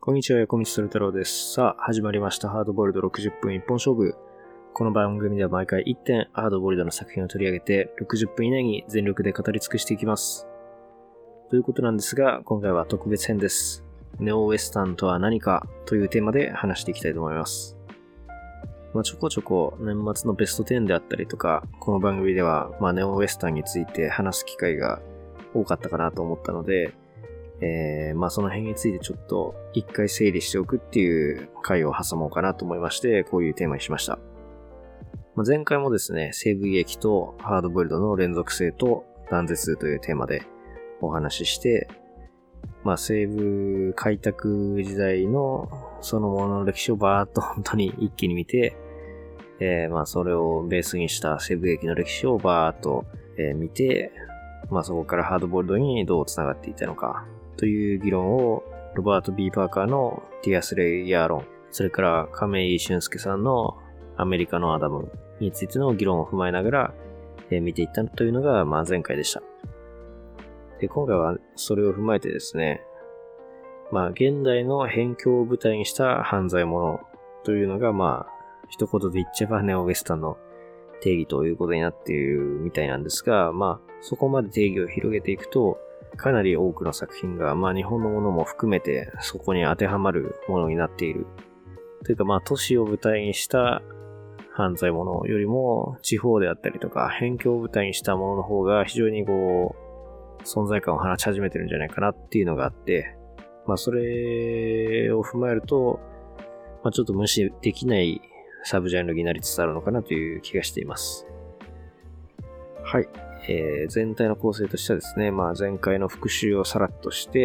こんにちは、横道それ太郎です。さあ、始まりましたハードボイルド60分一本勝負。この番組では毎回1点ハードボイルドの作品を取り上げて60分以内に全力で語り尽くしていきます。ということなんですが、今回は特別編です。ネオウエスタンとは何かというテーマで話していきたいと思います。ちょこちょこ年末のベスト10であったりとか、この番組ではネオウエスタンについて話す機会が多かったかなと思ったので、その辺についてちょっと一回整理しておくっていう回を挟もうかなと思いまして、こういうテーマにしました。前回もですね、西部劇とハードボイルドの連続性と断絶というテーマでお話しして、西部開拓時代のそのものの歴史をバーっと本当に一気に見て、それをベースにした西部劇の歴史をバーっと見て、そこからハードボイルドにどう繋がっていったのかという議論をロバート・ B ・パーカーのディアス・レイヤー論、それから亀井俊介さんのアメリカのアダムについての議論を踏まえながら見ていったというのが前回でした。で、今回はそれを踏まえてですね、現代の辺境を舞台にした犯罪ものというのが一言で言っちゃえばネオウエスタンの定義ということになっているみたいなんですが、そこまで定義を広げていくと、かなり多くの作品が、日本のものも含めてそこに当てはまるものになっている。というか、都市を舞台にした犯罪ものよりも、地方であったりとか、辺境を舞台にしたものの方が非常に存在感を放ち始めてるんじゃないかなっていうのがあって、それを踏まえると、ちょっと無視できないサブジャンルになりつつあるのかなという気がしています。はい。全体の構成としてはですね、前回の復習をさらっとして、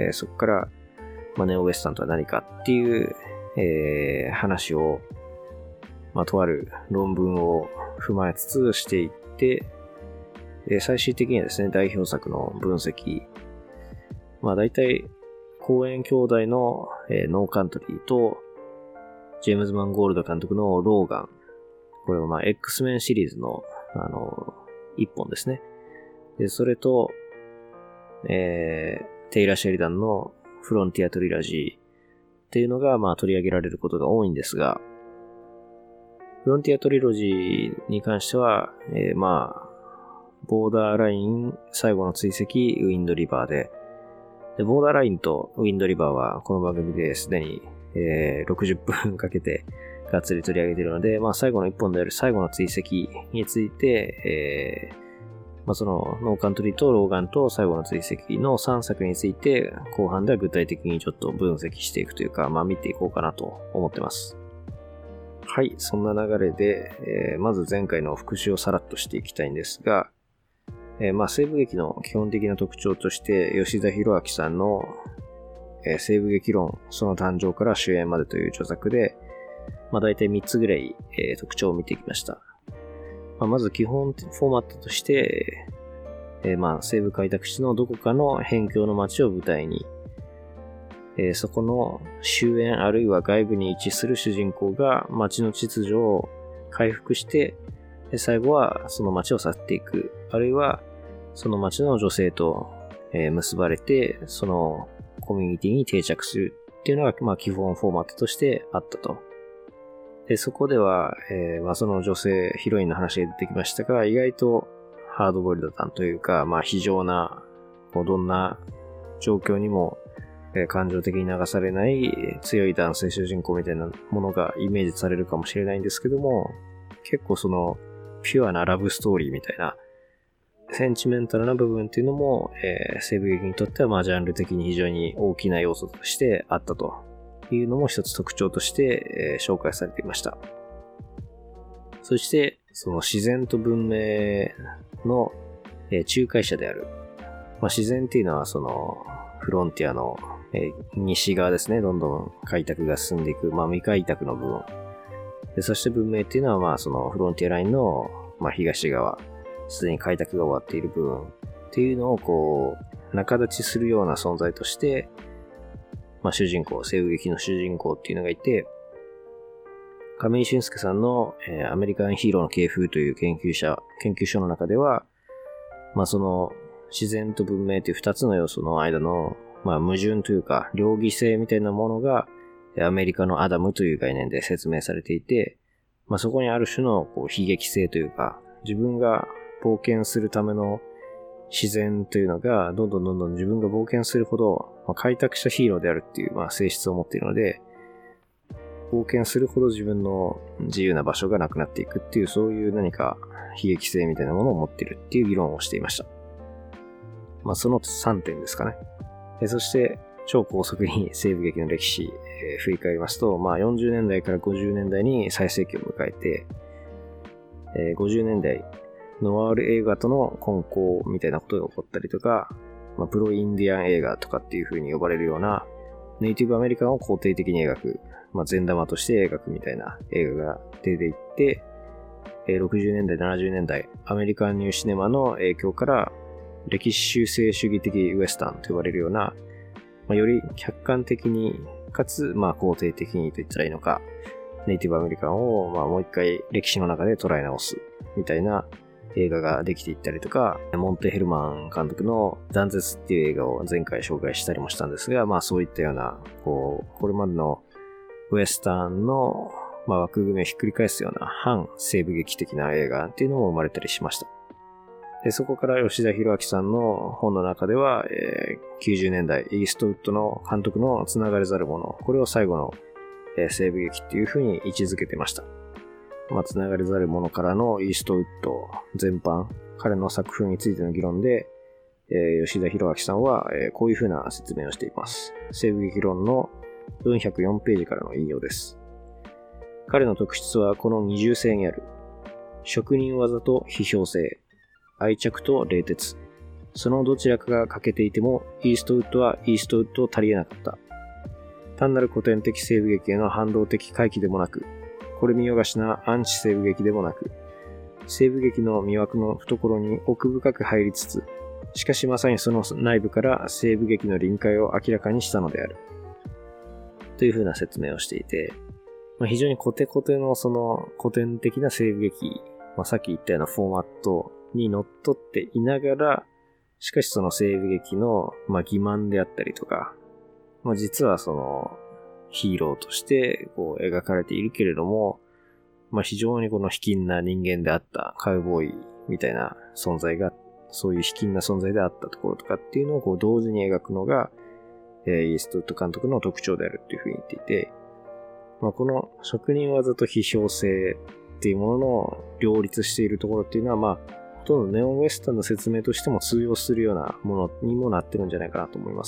そこから、ネオウエスタンとは何かっていう、話を、とある論文を踏まえつつしていって、最終的にはですね、代表作の分析。大体、コーエン兄弟の、ノーカントリーと、ジェームズ・マンゴールド監督のローガン。これはX メンシリーズの、一本ですね。で、それと、テイラー・シェリダンのフロンティア・トリラジーっていうのが、取り上げられることが多いんですが、フロンティア・トリロジーに関しては、ボーダーライン、最後の追跡、ウィンドリバーで、ボーダーラインとウィンドリバーはこの番組ですでに、60分かけてがっつり取り上げているので、最後の一本である最後の追跡について、そのノーカントリーとローガンと最後の追跡の3作について後半では具体的にちょっと分析していくというか、見ていこうかなと思ってます。はい、そんな流れで、まず前回の復習をさらっとしていきたいんですが、西部劇の基本的な特徴として吉田博明さんの西部劇論、その誕生から終焉までという著作で、大体3つぐらい、特徴を見てきました。まず基本フォーマットとして、西部開拓地のどこかの辺境の町を舞台に、そこの終焉あるいは外部に位置する主人公が町の秩序を回復して、最後はその町を去っていく、あるいはその町の女性と、結ばれて、そのコミュニティに定着するっていうのが、基本フォーマットとしてあったと。で、そこでは、その女性ヒロインの話が出てきましたが、意外とハードボイルド感というか、非常な、どんな状況にも、感情的に流されない強い男性主人公みたいなものがイメージされるかもしれないんですけども、結構そのピュアなラブストーリーみたいなセンチメンタルな部分っていうのも、西部劇にとってはジャンル的に非常に大きな要素としてあったというのも一つ特徴として、紹介されていました。そしてその自然と文明の、仲介者である、自然っていうのはそのフロンティアの、西側ですね、どんどん開拓が進んでいく、未開拓の部分で、そして文明っていうのはそのフロンティアラインの、東側、すでに開拓が終わっている部分っていうのを仲立ちするような存在として、主人公、西部劇の主人公っていうのがいて、亀井俊介さんの、アメリカンヒーローの系譜という研究所の中では、その自然と文明という二つの要素の間の矛盾というか、両義性みたいなものが、アメリカのアダムという概念で説明されていて、そこにある種の悲劇性というか、自分が冒険するための自然というのが、どんどん自分が冒険するほど、開拓者ヒーローであるっていう、性質を持っているので、冒険するほど自分の自由な場所がなくなっていくっていう、そういう何か悲劇性みたいなものを持っているっていう議論をしていました。その3点ですかね。そして、超高速に西部劇の歴史、振り返りますと、40年代から50年代に最盛期を迎えて、50年代、ノワール映画との混交みたいなことが起こったりとか、プロインディアン映画とかっていう風に呼ばれるような、ネイティブアメリカンを肯定的に描く、善玉として描くみたいな映画が出ていって、60年代、70年代、アメリカンニューシネマの影響から、歴史修正主義的ウエスタンと呼ばれるような、より客観的に、かつ、肯定的にと言ったらいいのか、ネイティブアメリカンを、もう一回歴史の中で捉え直す、みたいな映画ができていったりとか、モンテ・ヘルマン監督の断絶っていう映画を前回紹介したりもしたんですが、そういったような、これまでのウエスタンの、枠組みをひっくり返すような反西部劇的な映画っていうのも生まれたりしました。でそこから吉田博明さんの本の中では、90年代イーストウッドの監督のつながれざるもの、これを最後の、西部劇っていう風に位置づけてました。つながれざるものからのイーストウッド全般、彼の作風についての議論で、吉田博明さんは、こういう風な説明をしています。西部劇論の404ページからの引用です。彼の特質はこの二重性にある。職人技と批評性、愛着と冷徹。そのどちらかが欠けていても、イーストウッドはイーストウッドを足り得なかった。単なる古典的西部劇への反動的回帰でもなく、これ見よがしなアンチ西部劇でもなく、西部劇の魅惑の懐に奥深く入りつつ、しかしまさにその内部から西部劇の臨界を明らかにしたのである。というふうな説明をしていて、非常にコテコテのその古典的な西部劇、さっき言ったようなフォーマットにのっとっていながら、しかしその西部劇の、欺瞞であったりとか、実はそのヒーローとしてこう描かれているけれども、非常にこの卑近な人間であったカウボーイみたいな存在が、そういう卑近な存在であったところとかっていうのをこう同時に描くのが、イーストウッド監督の特徴であるっていうふうに言っていて、この職人技と批評性っていうものの両立しているところっていうのは、ほとんどネオンウエスタンの説明としても通用するようなものにもなってるんじゃないかなと思います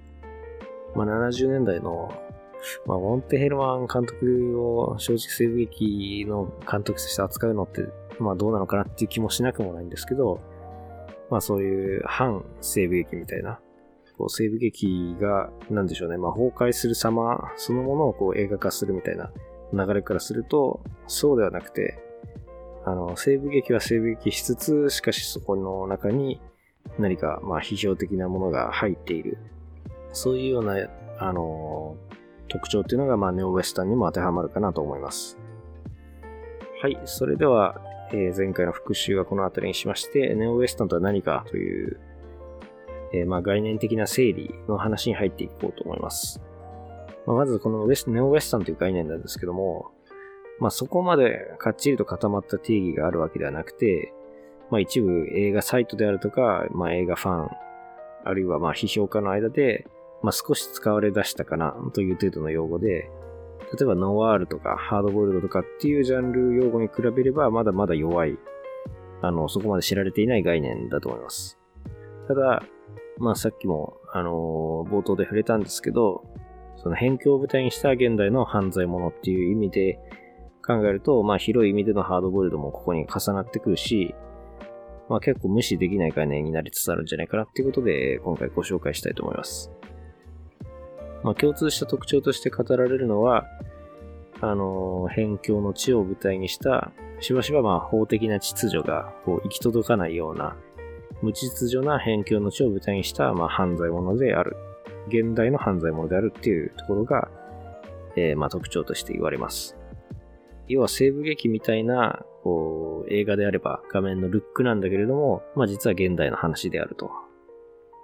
。70年代の、モンテ・ヘルマン監督を正直西部劇の監督として扱うのって、どうなのかなっていう気もしなくもないんですけど、そういう反西部劇みたいな、西部劇が、なんでしょうね、崩壊する様そのものをこう映画化するみたいな流れからすると、そうではなくて、西部劇は西部劇しつつ、しかしそこの中に何か批評的なものが入っている。そういうような、特徴っていうのが、ネオウエスタンにも当てはまるかなと思います。はい、それでは、前回の復習はこの辺りにしまして、ネオウエスタンとは何かという、概念的な整理の話に入っていこうと思います。まずこのネオウエスタンという概念なんですけども、そこまでかっちりと固まった定義があるわけではなくて、一部映画サイトであるとか、映画ファン、あるいは批評家の間で、少し使われ出したかなという程度の用語で、例えばノワールとかハードボイルドとかっていうジャンル用語に比べればまだまだ弱い、そこまで知られていない概念だと思います。ただ、さっきも、冒頭で触れたんですけど、その辺境を舞台にした現代の犯罪者っていう意味で考えると、広い意味でのハードボイルドもここに重なってくるし、結構無視できない概念になりつつあるんじゃないかなっていうことで、今回ご紹介したいと思います。共通した特徴として語られるのは、辺境の地を舞台にした、しばしば法的な秩序が行き届かないような、無秩序な辺境の地を舞台にした犯罪者である。現代の犯罪者であるっていうところが、特徴として言われます。要は西部劇みたいな映画であれば画面のルックなんだけれども、実は現代の話であると。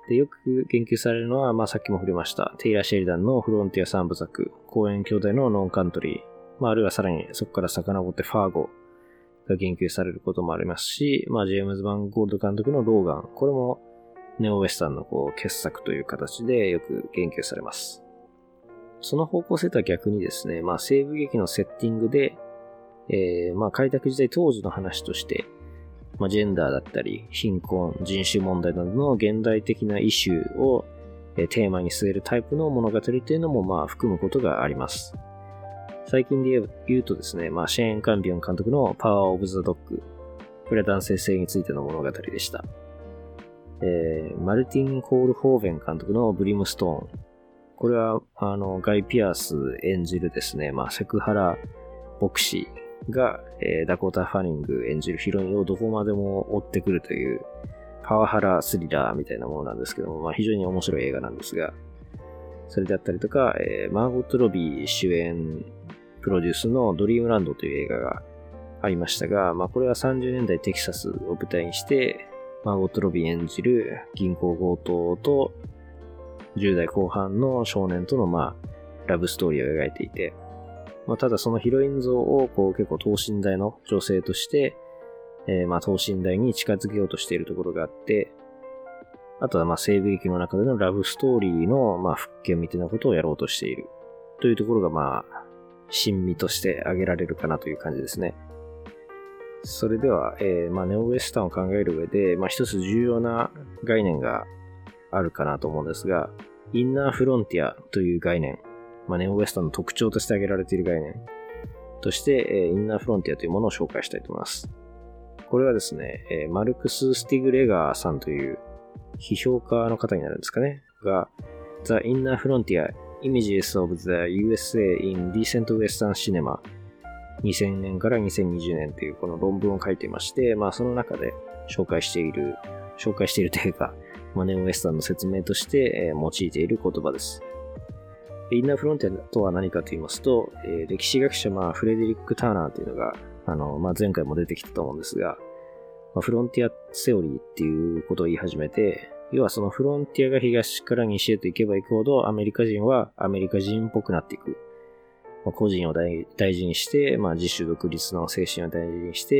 で、よく言及されるのは、さっきも触れました、テイラー・シェリダンのフロンティア3部作、コーエン兄弟のノンカントリー、あるいはさらにそこから遡ってファーゴが言及されることもありますし、ジェームズ・バン・ゴールド監督のローガン、これもネオウェスタンの傑作という形でよく言及されます。その方向性とは逆にですね、西部劇のセッティングで、開拓時代当時の話として、ジェンダーだったり、貧困、人種問題などの現代的なイシューをテーマに据えるタイプの物語というのも含むことがあります。最近で言うとですね、シェーン・カンビオン監督のパワー・オブ・ザ・ドッグ。これは男性性についての物語でした。マルティン・コール・ホーヴェン監督のブリムストーン。これは、ガイ・ピアース演じるですね、セクハラ牧師が、ダコータ・ファニング演じるヒロインをどこまでも追ってくるというパワハラスリラーみたいなものなんですけども、非常に面白い映画なんですが、それであったりとか、マーゴット・ロビー主演プロデュースのドリームランドという映画がありましたが、これは30年代テキサスを舞台にして、マーゴット・ロビー演じる銀行強盗と10代後半の少年とのラブストーリーを描いていて、ただそのヒロイン像を結構等身大の女性として、等身大に近づけようとしているところがあって、あとは西部劇の中でのラブストーリーの復権みたいなことをやろうとしているというところが珍味として挙げられるかなという感じですね。それでは、ネオウェスタンを考える上で、一つ重要な概念があるかなと思うんですが、インナーフロンティアという概念、ネオウェスタンの特徴として挙げられている概念として、インナーフロンティアというものを紹介したいと思います。これはですね、マルクス・スティグレガーさんという批評家の方になるんですかね、が、The Inner Frontier Images of the USA in Recent Western Cinema 2000年から2020年というこの論文を書いていまして、その中で紹介しているというか、ネオウェスタンの説明として用いている言葉です。インナーフロンティアとは何かと言いますと、歴史学者フレデリック・ターナーというのが、前回も出てきたと思うんですが、フロンティアセオリーっていうことを言い始めて、要はそのフロンティアが東から西へと行けば行くほどアメリカ人はアメリカ人っぽくなっていく。個人を大事にして、自主独立の精神を大事にして、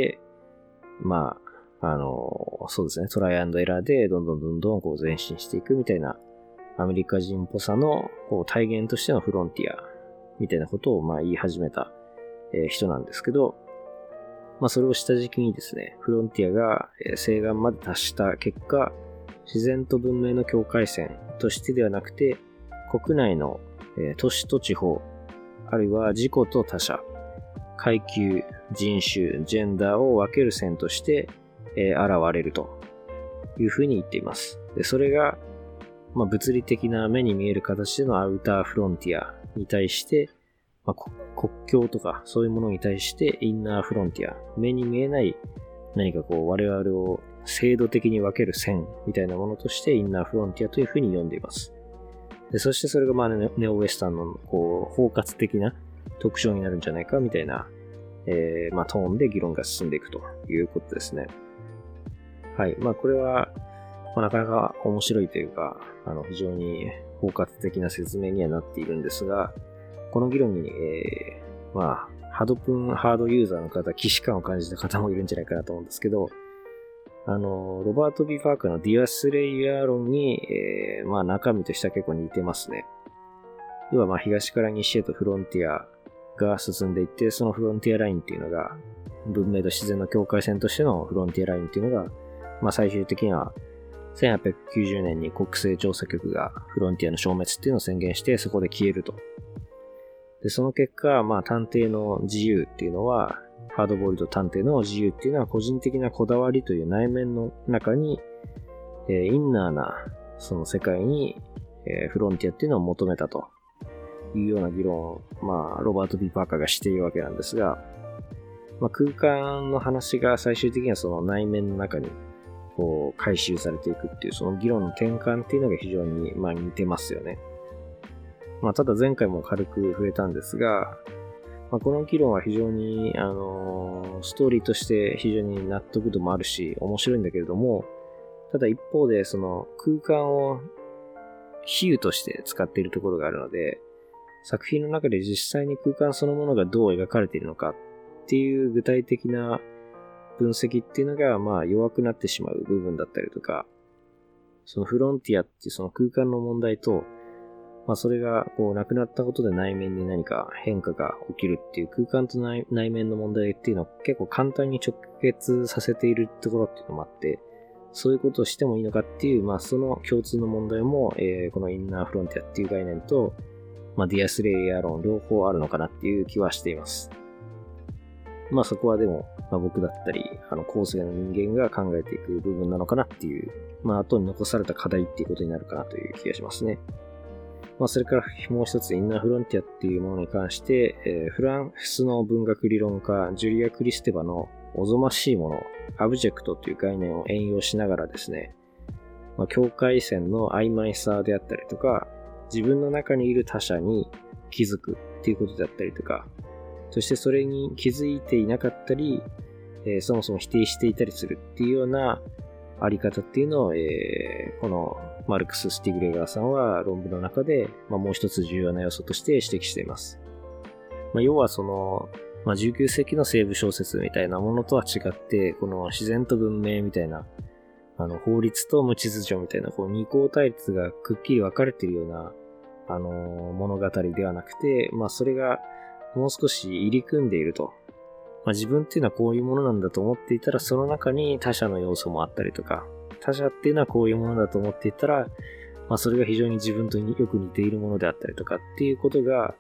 そうですね、トライアンドエラーでどんどん前進していくみたいなアメリカ人っぽさの体現としてのフロンティアみたいなことを言い始めた人なんですけど、それを下敷きにですね、フロンティアが西岸まで達した結果、自然と文明の境界線としてではなくて、国内の都市と地方、あるいは自己と他者、階級、人種、ジェンダーを分ける線として現れるというふうに言っています。で、それが、物理的な目に見える形でのアウターフロンティアに対して、国境とかそういうものに対してインナーフロンティア、目に見えない何か我々を制度的に分ける線みたいなものとしてインナーフロンティアというふうに呼んでいます。で、そしてそれがネオウェスタンの包括的な特徴になるんじゃないかみたいな、トーンで議論が進んでいくということですね。はい。これは、なかなか面白いというか、非常に包括的な説明にはなっているんですが、この議論に、ハドユーザーの方、既視感を感じた方もいるんじゃないかなと思うんですけど、ロバート・ビ・パーカーのディアスレイヤー論に、中身としては結構似てますね。要は東から西へとフロンティアが進んでいって、そのフロンティアラインっていうのが、文明と自然の境界線としてのフロンティアラインっていうのが、最終的には1890年に国勢調査局がフロンティアの消滅っていうのを宣言して、そこで消えると。で、その結果、探偵の自由っていうのは、ハードボイルド探偵の自由っていうのは個人的なこだわりという内面の中に、インナーなその世界に、フロンティアっていうのを求めたというような議論を、ロバート・ビ・パーカーがしているわけなんですが、空間の話が最終的にはその内面の中に回収されていくっていうその議論の転換っていうのが非常に似てますよね。ただ前回も軽く触れたんですが、この議論は非常にストーリーとして非常に納得度もあるし面白いんだけれども、 ただ一方でその空間を比喩として使っているところがあるので、作品の中で実際に空間そのものがどう描かれているのかっていう具体的な分析っていうのが弱くなってしまう部分だったりとか、そのフロンティアっていうその空間の問題と、それがなくなったことで内面に何か変化が起きるっていう空間と内面の問題っていうのを結構簡単に直結させているところっていうのもあって、そういうことをしてもいいのかっていう、その共通の問題も、このインナーフロンティアっていう概念と、ディアスレイヤー論両方あるのかなっていう気はしています。そこはでも、僕だったり、後世の人間が考えていく部分なのかなっていう、後に残された課題っていうことになるかなという気がしますね。それからもう一つ、インナーフロンティアっていうものに関して、フランスの文学理論家、ジュリア・クリステバのおぞましいもの、アブジェクトという概念を援用しながらですね、境界線の曖昧さであったりとか、自分の中にいる他者に気づくっていうことであったりとか、そしてそれに気づいていなかったり、そもそも否定していたりするっていうようなあり方っていうのを、このマルクス・スティグレガーさんは論文の中で、もう一つ重要な要素として指摘しています。要はその、19世紀の西部小説みたいなものとは違って、この自然と文明みたいな、法律と無秩序みたいな、二項対立がくっきり分かれているような、物語ではなくて、それがもう少し入り組んでいると。自分っていうのはこういうものなんだと思っていたら、その中に他者の要素もあったりとか、他者っていうのはこういうものだと思っていたら、それが非常に自分とよく似ているものであったりとかっていうことが、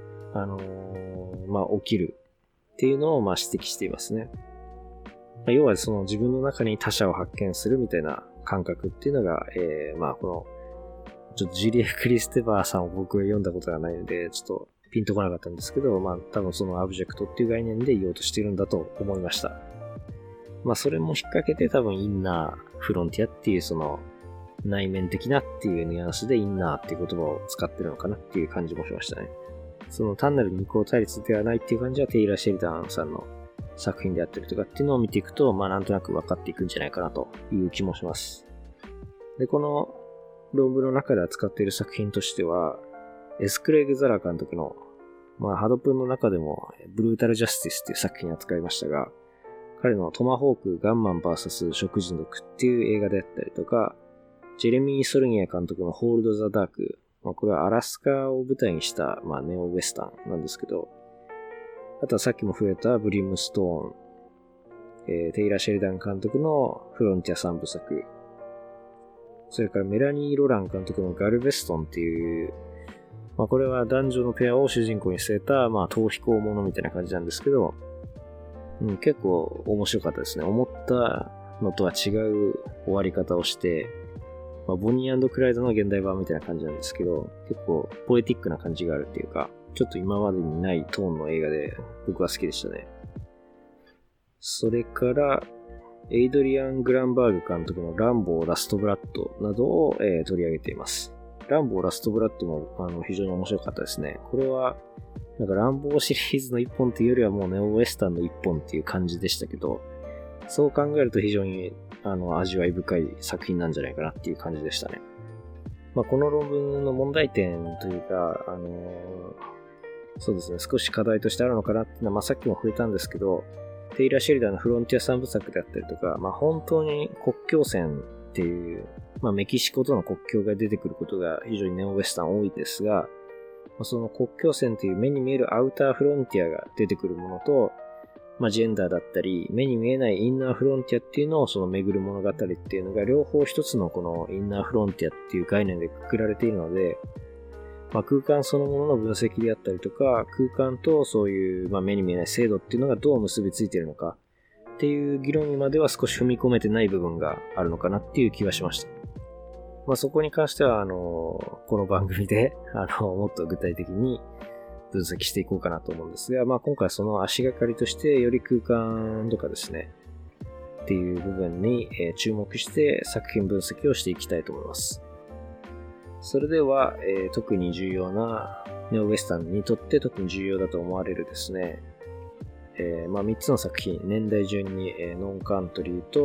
起きるっていうのを指摘していますね。要はその自分の中に他者を発見するみたいな感覚っていうのが、この、ちょっとジュリア・クリステバーさんを僕は読んだことがないので、ちょっとピンとこなかったんですけど、多分そのアブジェクトっていう概念で言おうとしているんだと思いました。それも引っ掛けて多分インナーフロンティアっていうその内面的なっていうニュアンスでインナーっていう言葉を使ってるのかなっていう感じもしましたね。その単なる二項対立ではないっていう感じはテイラー・シェリダンさんの作品であったりとかっていうのを見ていくと、なんとなく分かっていくんじゃないかなという気もします。で、この論文の中で扱っている作品としては、エスクレイグ・ザラ監督の、ハドプンの中でもブルータル・ジャスティスっていう作品を扱いましたが、彼のトマホーク・ガンマン VS 食人族っていう映画であったりとか、ジェレミー・ソルニア監督のホールド・ザ・ダーク、これはアラスカを舞台にした、ネオウェスタンなんですけど、あとはさっきも触れたブリムストーン、テイラー・シェリダン監督のフロンティア3部作、それからメラニー・ロラン監督のガルベストンっていう、これは男女のペアを主人公に据えた、逃避行ものみたいな感じなんですけど、結構面白かったですね。思ったのとは違う終わり方をして、ボニー&クライドの現代版みたいな感じなんですけど、結構ポエティックな感じがあるっていうか、ちょっと今までにないトーンの映画で僕は好きでしたね。それから、エイドリアン・グランバーグ監督のランボー・ラスト・ブラッドなどを、取り上げています。ランボー・ラスト・ブラッドも非常に面白かったですね。これは、ランボーシリーズの一本っていうよりはもうネオウェスタンの一本っていう感じでしたけど、そう考えると非常に味わい深い作品なんじゃないかなっていう感じでしたね。この論文の問題点というか、そうですね、少し課題としてあるのかなっていうのは、さっきも触れたんですけど、テイラー・シェリダンのフロンティア3部作であったりとか、本当に国境線っていう、メキシコとの国境が出てくることが非常にネオウェスタン多いですが、その国境線という目に見えるアウターフロンティアが出てくるものと、ジェンダーだったり、目に見えないインナーフロンティアっていうのをその巡る物語っていうのが両方一つのこのインナーフロンティアっていう概念でくくられているので、空間そのものの分析であったりとか、空間とそういう目に見えない制度っていうのがどう結びついているのかっていう議論にまでは少し踏み込めてない部分があるのかなっていう気がしました。そこに関してはこの番組でもっと具体的に分析していこうかなと思うんですが、今回その足がかりとしてより空間とかですねっていう部分に注目して作品分析をしていきたいと思います。それでは、特に重要なネオウェスタンにとって特に重要だと思われるですね、3つの作品、年代順に、ノンカントリーと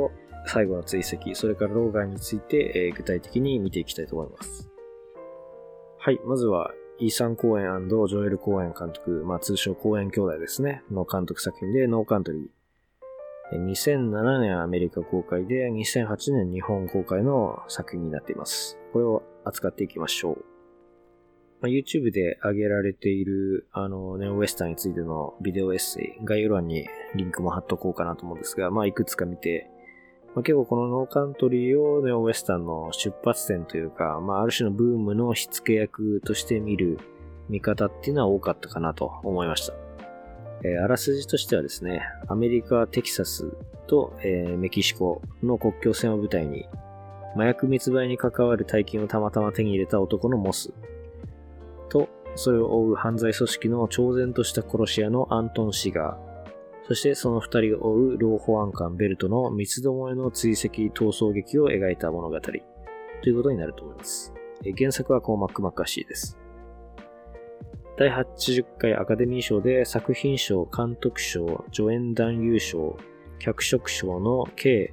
最後の追跡、それからローガンについて、具体的に見ていきたいと思います。はい、まずはイーサン・コーエン&ジョエル・コーエン監督、通称コーエン兄弟ですね、の監督作品でノーカントリー。2007年アメリカ公開で2008年日本公開の作品になっています。これを扱っていきましょう。YouTube で上げられているネオウェスタンについてのビデオエッセイ、概要欄にリンクも貼っとこうかなと思うんですが、いくつか見て、結構このノーカントリーをネオウェスタンの出発点というか、ある種のブームの火付け役として見方っていうのは多かったかなと思いました。あらすじとしてはですね、アメリカ・テキサスと、メキシコの国境線を舞台に、麻薬密売に関わる大金をたまたま手に入れた男のモスと、それを追う犯罪組織の超然とした殺し屋のアントン・シガー、そしてその二人を追う老保安官ベルトの三つどもえの追跡逃走劇を描いた物語ということになると思います。原作はコーマック・マッカーシーです。第80回アカデミー賞で作品賞、監督賞、助演男優賞、脚色賞の計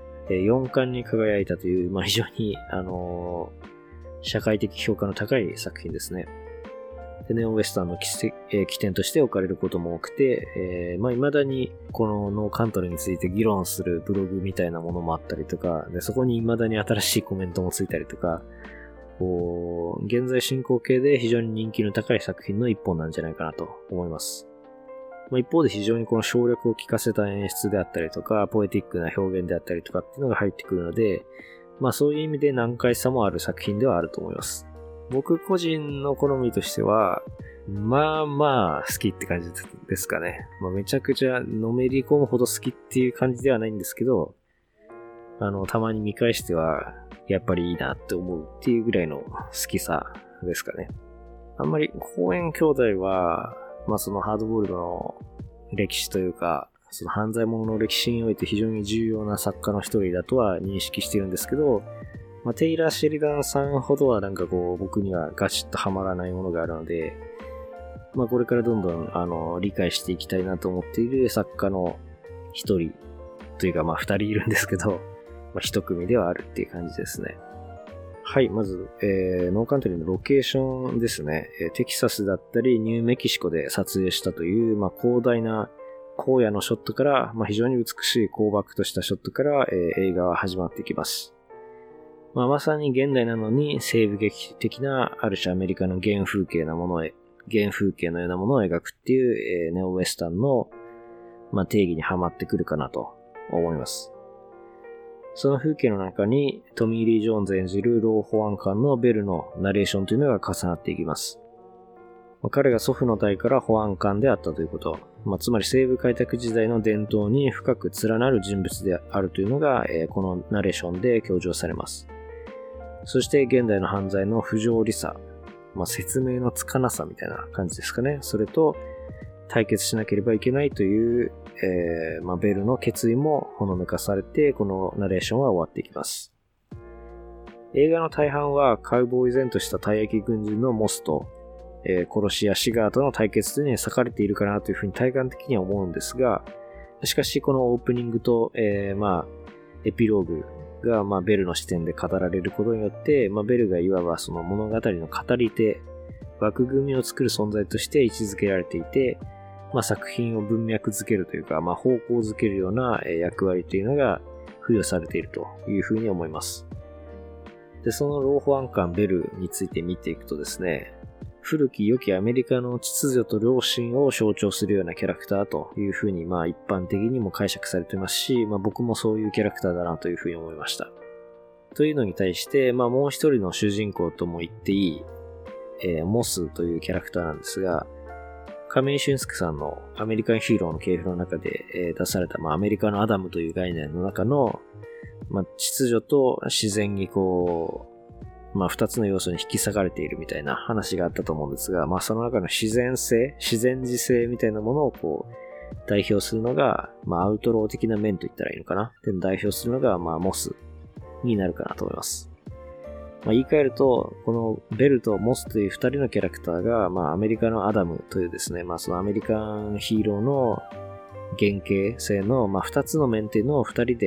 4冠に輝いたという、非常に、社会的評価の高い作品ですね。でネオウェスタンの起点として置かれることも多くて、未だにこのノーカントリーについて議論するブログみたいなものもあったりとか、でそこに未だに新しいコメントもついたりとか、現在進行形で非常に人気の高い作品の一本なんじゃないかなと思います。一方で非常にこの省略を効かせた演出であったりとか、ポエティックな表現であったりとかっていうのが入ってくるので、そういう意味で難解さもある作品ではあると思います。僕個人の好みとしては、好きって感じですかね。めちゃくちゃのめり込むほど好きっていう感じではないんですけど、たまに見返しては、やっぱりいいなって思うっていうぐらいの好きさですかね。あんまりコーエン兄弟は、そのハードボールドの歴史というか、その犯罪者の歴史において非常に重要な作家の一人だとは認識してるんですけど、テイラー・シェリダンさんほどは僕にはガチッとハマらないものがあるので、これからどんどん理解していきたいなと思っている作家の一人というか二人いるんですけど、一組ではあるっていう感じですね。はい、まず、ノーカントリーのロケーションですね。テキサスだったりニューメキシコで撮影したという、広大な荒野のショットから、非常に美しい光沢としたショットから、映画は始まっていきます。まさに現代なのに西部劇的なある種アメリカの原風景のようなものを描くっていう、ネオウェスタンの、定義にはまってくるかなと思います。その風景の中にトミー・リー・ジョーンズ演じる老保安官のベルのナレーションというのが重なっていきます。彼が祖父の代から保安官であったということ、つまり西部開拓時代の伝統に深く連なる人物であるというのが、このナレーションで強調されます。そして現代の犯罪の不条理さ、説明のつかなさみたいな感じですかね。それと対決しなければいけないという、ベルの決意もほのめかされて、このナレーションは終わっていきます。映画の大半はカウボーイ然とした退役軍人のモスと、殺し屋シガーとの対決というのに割かれているかなというふうに体感的には思うんですが、しかしこのオープニングと、エピローグが、ベルの視点で語られることによって、ベルがいわばその物語の語り手、枠組みを作る存在として位置づけられていて、作品を文脈づけるというか、方向づけるような役割というのが付与されているというふうに思います。で、その老保安官ベルについて見ていくとですね、古き良きアメリカの秩序と良心を象徴するようなキャラクターというふうに一般的にも解釈されていますし、僕もそういうキャラクターだなというふうに思いました。というのに対して、もう一人の主人公とも言っていい、モスというキャラクターなんですが、亀井俊介さんのアメリカンヒーローの系譜の中で、出された、アメリカのアダムという概念の中の、秩序と自然に二つの要素に引き裂かれているみたいな話があったと思うんですが、その中の自然自性みたいなものを代表するのが、アウトロー的な面と言ったらいいのかな。で代表するのが、モスになるかなと思います。言い換えると、このベルとモスという二人のキャラクターが、アメリカのアダムというですね、そのアメリカンヒーローの原型性の、二つの面っていうのを二人で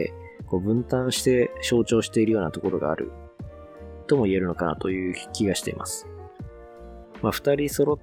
こう分担して象徴しているようなところがあるとも言えるのかなという気がしています。二人揃って、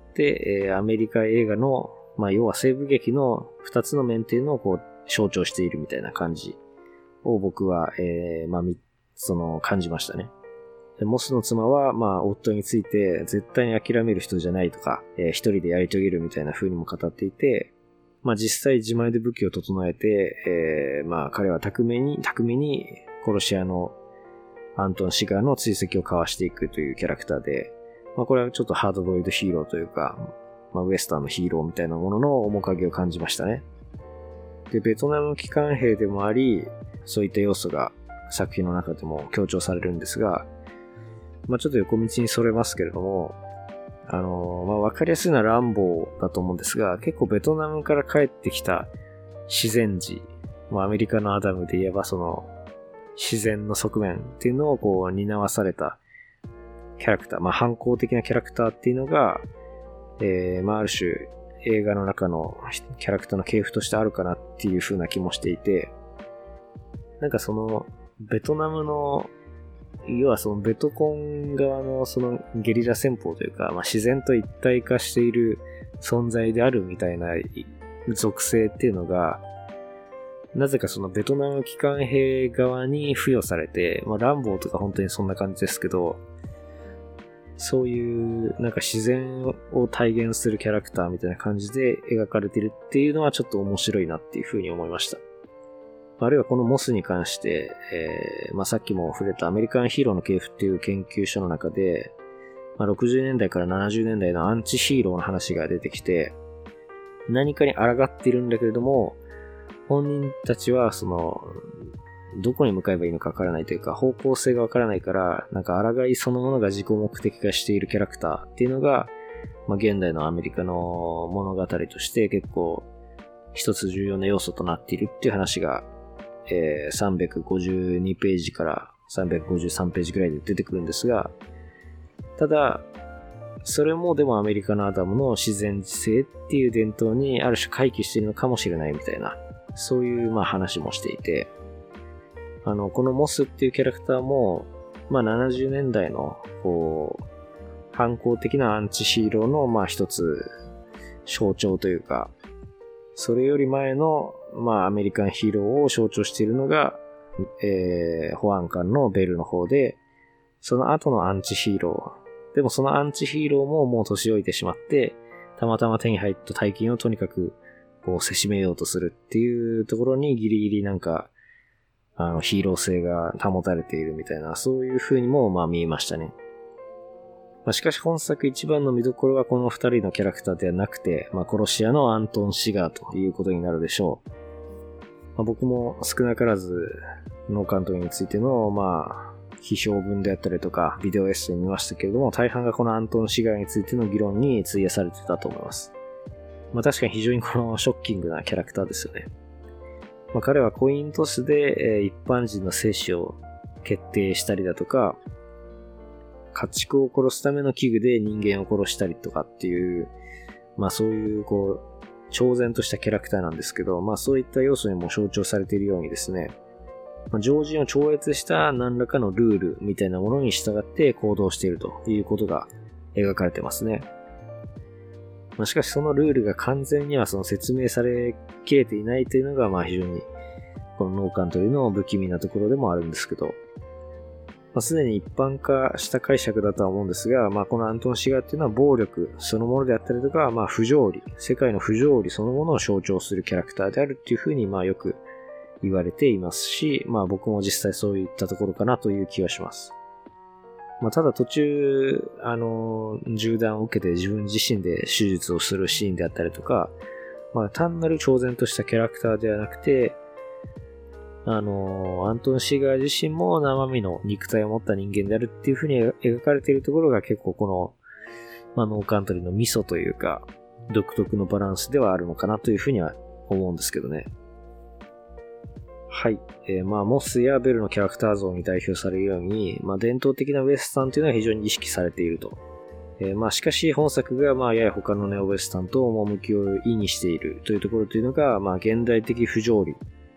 アメリカ映画の、要は西部劇の二つの面っていうのをこう象徴しているみたいな感じを僕は、感じましたね。モスの妻は、夫について絶対に諦める人じゃないとか、一人でやり遂げるみたいな風にも語っていて、実際自前で武器を整えて、彼は巧みに殺し屋のアントン・シガーの追跡を交わしていくというキャラクターで、これはちょっとハードボイルドヒーローというか、ウエスタンのヒーローみたいなものの面影を感じましたね。で、ベトナム機関兵でもあり、そういった要素が作品の中でも強調されるんですが、ちょっと横道にそれますけれども、わかりやすいのはランボーだと思うんですが、結構ベトナムから帰ってきた自然児、アメリカのアダムで言えばその自然の側面っていうのをこう担わされたキャラクター、反抗的なキャラクターっていうのが、ある種映画の中のキャラクターの系譜としてあるかなっていう風な気もしていて、なんかそのベトナムの要はそのベトコン側のそのゲリラ戦法というか、自然と一体化している存在であるみたいな属性っていうのが、なぜかそのベトナム機関兵側に付与されて、ランボーとか本当にそんな感じですけど、そういうなんか自然を体現するキャラクターみたいな感じで描かれているっていうのはちょっと面白いなっていうふうに思いました。あるいはこのモスに関して、さっきも触れたアメリカンヒーローの系譜っていう研究所の中で、60年代から70年代のアンチヒーローの話が出てきて、何かに抗っているんだけれども、本人たちはその、どこに向かえばいいのかわからないというか、方向性がわからないから、なんか抗いそのものが自己目的化しているキャラクターっていうのが、現代のアメリカの物語として結構一つ重要な要素となっているっていう話が、352ページから353ページくらいで出てくるんですが、ただ、それもでもアメリカのアダムの自然自性っていう伝統にある種回帰しているのかもしれないみたいな、そういう話もしていて、このモスっていうキャラクターも、70年代のこう反抗的なアンチヒーローの一つ象徴というか、それより前のアメリカンヒーローを象徴しているのが、保安官のベルの方で、その後のアンチヒーロー。でもそのアンチヒーローももう年老いてしまって、たまたま手に入った大金をとにかくこうせしめようとするっていうところにギリギリなんか、ヒーロー性が保たれているみたいな、そういう風にも見えましたね。しかし本作一番の見どころはこの二人のキャラクターではなくて、殺し屋のアントン・シガーということになるでしょう。僕も少なからずノー監督についての批評文であったりとかビデオエッセイ見ましたけれども、大半がこのアントン・シガーについての議論に費やされてたと思います。確かに非常にこのショッキングなキャラクターですよね。彼はコイントスで一般人の生死を決定したりだとか、家畜を殺すための器具で人間を殺したりとかっていう、そういう超然としたキャラクターなんですけど、そういった要素にも象徴されているようにですね、常人を超越した何らかのルールみたいなものに従って行動しているということが描かれてますね。しかしそのルールが完全にはその説明されきれていないというのが非常にこのノーカントリーの不気味なところでもあるんですけど、すでに一般化した解釈だとは思うんですが、このアントン・シガーっていうのは暴力そのものであったりとか、不条理、世界の不条理そのものを象徴するキャラクターであるっていうふうによく言われていますし、僕も実際そういったところかなという気はします。ただ途中、銃弾を受けて自分自身で手術をするシーンであったりとか、単なる超然としたキャラクターではなくて、アントン・シガー自身も生身の肉体を持った人間であるっていう風に描かれているところが結構この、ノーカントリーのミソというか、独特のバランスではあるのかなという風には思うんですけどね。はい。モスやベルのキャラクター像に代表されるように、伝統的なウエスタンというのは非常に意識されていると。しかし本作がやや他のネオウエスタンと趣を意にしているというところというのが、現代的不条理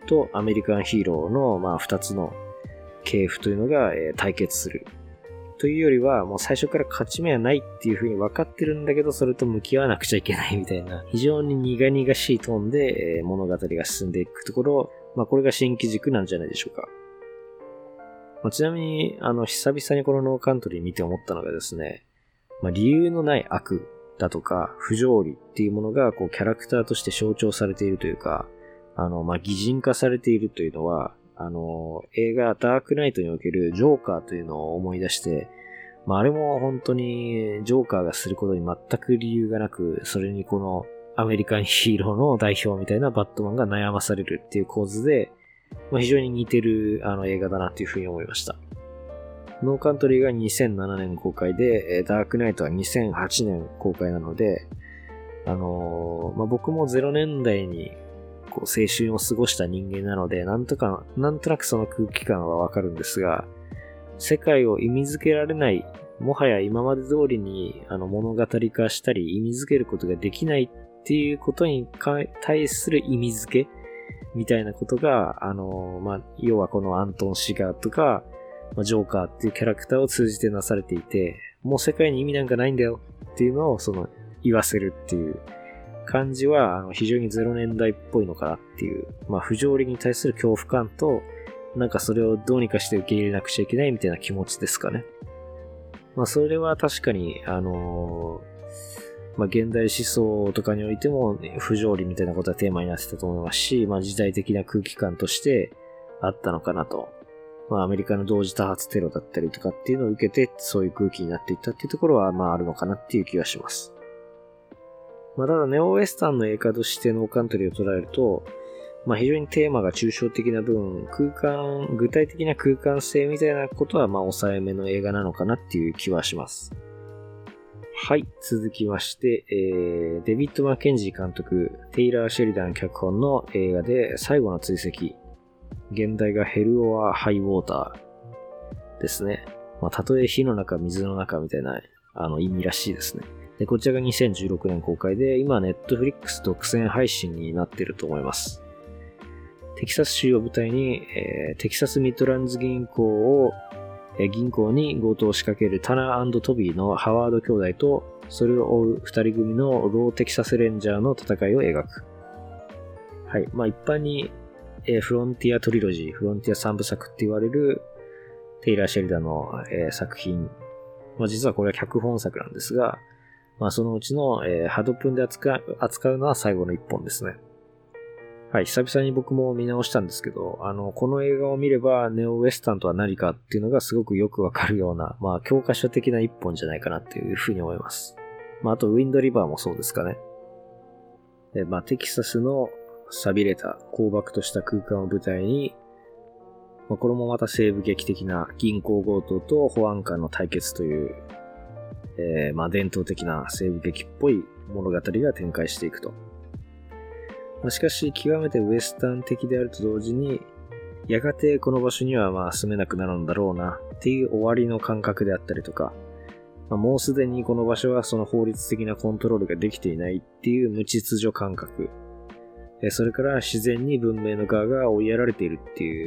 とアメリカンヒーローのまあ2つの系譜というのが対決する。というよりは、もう最初から勝ち目はないっていう風に分かってるんだけど、それと向き合わなくちゃいけないみたいな、非常に苦々しいトーンで物語が進んでいくところ、まあこれが新機軸なんじゃないでしょうか。まあ、ちなみに、久々にこのノーカントリー見て思ったのがですね、まあ理由のない悪だとか、不条理っていうものが、こうキャラクターとして象徴されているというか、まあ擬人化されているというのは、映画ダークナイトにおけるジョーカーというのを思い出して、まあ、あれも本当にジョーカーがすることに全く理由がなく、それにこのアメリカンヒーローの代表みたいなバットマンが悩まされるっていう構図で、まあ、非常に似てる映画だなというふうに思いました。ノーカントリーが2007年公開で、ダークナイトは2008年公開なので、まあ、僕も0年代にこう青春を過ごした人間なので、なんとなくその空気感はわかるんですが、世界を意味づけられない、もはや今まで通りに物語化したり意味づけることができないっていうことに対する意味づけみたいなことが、まあ、要はこのアントン・シガーとか、まあ、ジョーカーっていうキャラクターを通じてなされていて、もう世界に意味なんかないんだよっていうのを言わせるっていう感じは非常に0年代っぽいのかなっていう、まあ、不条理に対する恐怖感と、なんかそれをどうにかして受け入れなくちゃいけないみたいな気持ちですかね。まあそれは確かにまあ現代思想とかにおいても不条理みたいなことはテーマになってたと思いますし、まあ時代的な空気感としてあったのかなと。まあアメリカの同時多発テロだったりとかっていうのを受けてそういう空気になっていったっていうところはまああるのかなっていう気がします。まあただネオウエスタンの映画としてノーカントリーを捉えると、まあ非常にテーマが抽象的な分、具体的な空間性みたいなことはまあ抑えめの映画なのかなっていう気はします。はい、続きまして、デビッド・マッケンジー監督、テイラー・シェリダン脚本の映画で最後の追跡。現代がヘル・オア・ハイ・ウォーターですね。まあたとえ火の中、水の中みたいな意味らしいですね。で、こちらが2016年公開で、今ネットフリックス独占配信になっていると思います。テキサス州を舞台に、テキサスミッドランズ銀行に強盗を仕掛けるタナー&トビーのハワード兄弟と、それを追う二人組のローテキサスレンジャーの戦いを描く。はい。まあ一般に、フロンティアトリロジー、フロンティア三部作って言われるテイラー・シェリダンの、作品。まあ実はこれは脚本作なんですが、まあそのうちの、ハドプンで扱うのは最後の一本ですね。はい、久々に僕も見直したんですけど、この映画を見ればネオウエスタンとは何かっていうのがすごくよくわかるような、まあ教科書的な一本じゃないかなっていうふうに思います。まああとウィンドリバーもそうですかね。まあテキサスの寂れた荒漠とした空間を舞台に、まあ、これもまた西部劇的な銀行強盗と保安官の対決という、まあ伝統的な西部劇っぽい物語が展開していくと。しかし極めてウエスタン的であると同時に、やがてこの場所にはまあ住めなくなるんだろうなっていう終わりの感覚であったりとか、まあ、もうすでにこの場所はその法律的なコントロールができていないっていう無秩序感覚、それから自然に文明の側が追いやられているっていう、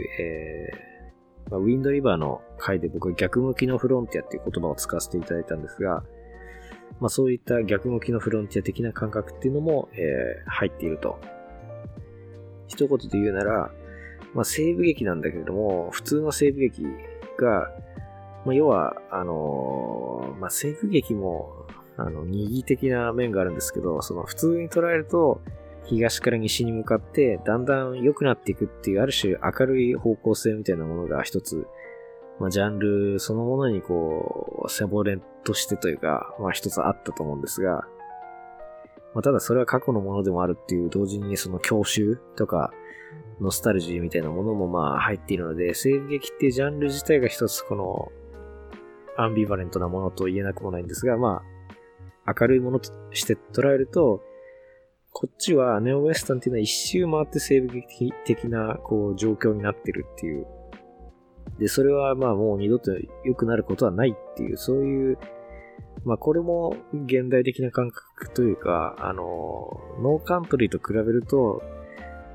まあ、ウィンドリバーの回で僕は逆向きのフロンティアっていう言葉を使わせていただいたんですが、まあ、そういった逆向きのフロンティア的な感覚っていうのも、入っていると。一言で言うなら、まあ、西部劇なんだけれども、普通の西部劇が、まあ、要は、まあ、西部劇も、二義的な面があるんですけど、普通に捉えると、東から西に向かって、だんだん良くなっていくっていう、ある種明るい方向性みたいなものが一つ、まあ、ジャンルそのものに背骨としてというか、まあ、一つあったと思うんですが、まあ、ただそれは過去のものでもあるっていう同時にその郷愁とかノスタルジーみたいなものもまあ入っているので、西部劇っていうジャンル自体が一つアンビバレントなものと言えなくもないんですが、まあ明るいものとして捉えると、こっちはネオウエスタンっていうのは一周回って西部劇的な状況になってるっていう。で、それはまあもう二度と良くなることはないっていう、そういうまあこれも現代的な感覚というか、ノーカントリーと比べると、